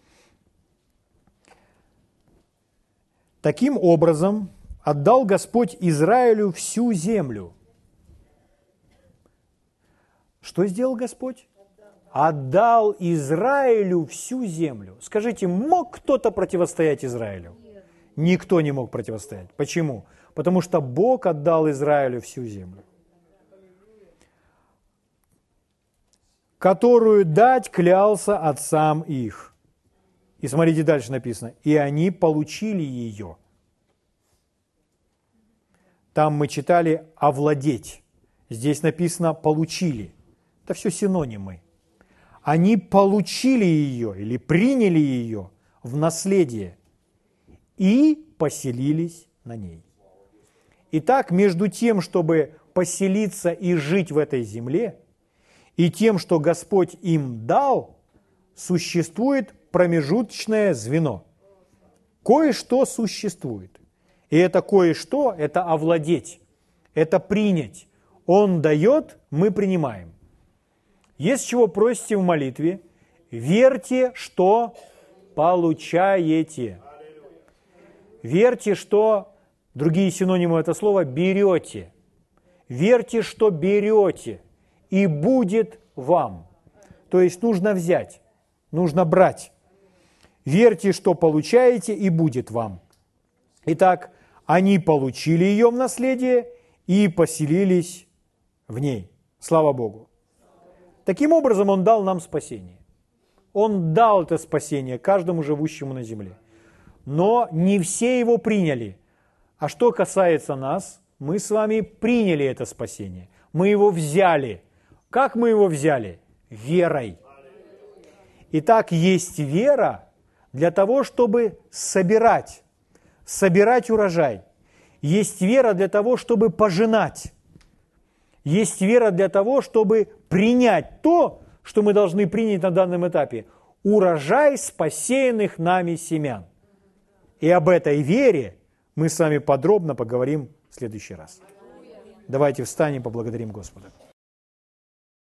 [SPEAKER 1] «Таким образом отдал Господь Израилю всю землю». Что сделал Господь? Отдал Израилю всю землю. Скажите, мог кто-то противостоять Израилю? Никто не мог противостоять. Почему? Потому что Бог отдал Израилю всю землю, которую дать клялся отцам их. И смотрите, дальше написано. И они получили ее. Там мы читали овладеть. Здесь написано получили. Это все синонимы. Они получили ее или приняли ее в наследие и поселились на ней. Итак, между тем, чтобы поселиться и жить в этой земле, и тем, что Господь им дал, существует промежуточное звено. Кое-что существует. И это кое-что – это овладеть, это принять. Он дает, мы принимаем. Есть чего просите в молитве, верьте, что получаете. Верьте, что, другие синонимы этого слова, берете. Верьте, что берете, и будет вам. То есть нужно взять, нужно брать. Верьте, что получаете, и будет вам. Итак, они получили ее в наследие и поселились в ней. Слава Богу. Таким образом, Он дал нам спасение. Он дал это спасение каждому живущему на земле. Но не все его приняли. А что касается нас, мы с вами приняли это спасение. Мы его взяли. Как мы его взяли? Верой. Итак, есть вера для того, чтобы собирать урожай. Есть вера для того, чтобы пожинать. Есть вера для того, чтобы принять то, что мы должны принять на данном этапе. Урожай с посеянных нами семян. И об этой вере мы с вами подробно поговорим в следующий раз. Давайте встанем, поблагодарим Господа.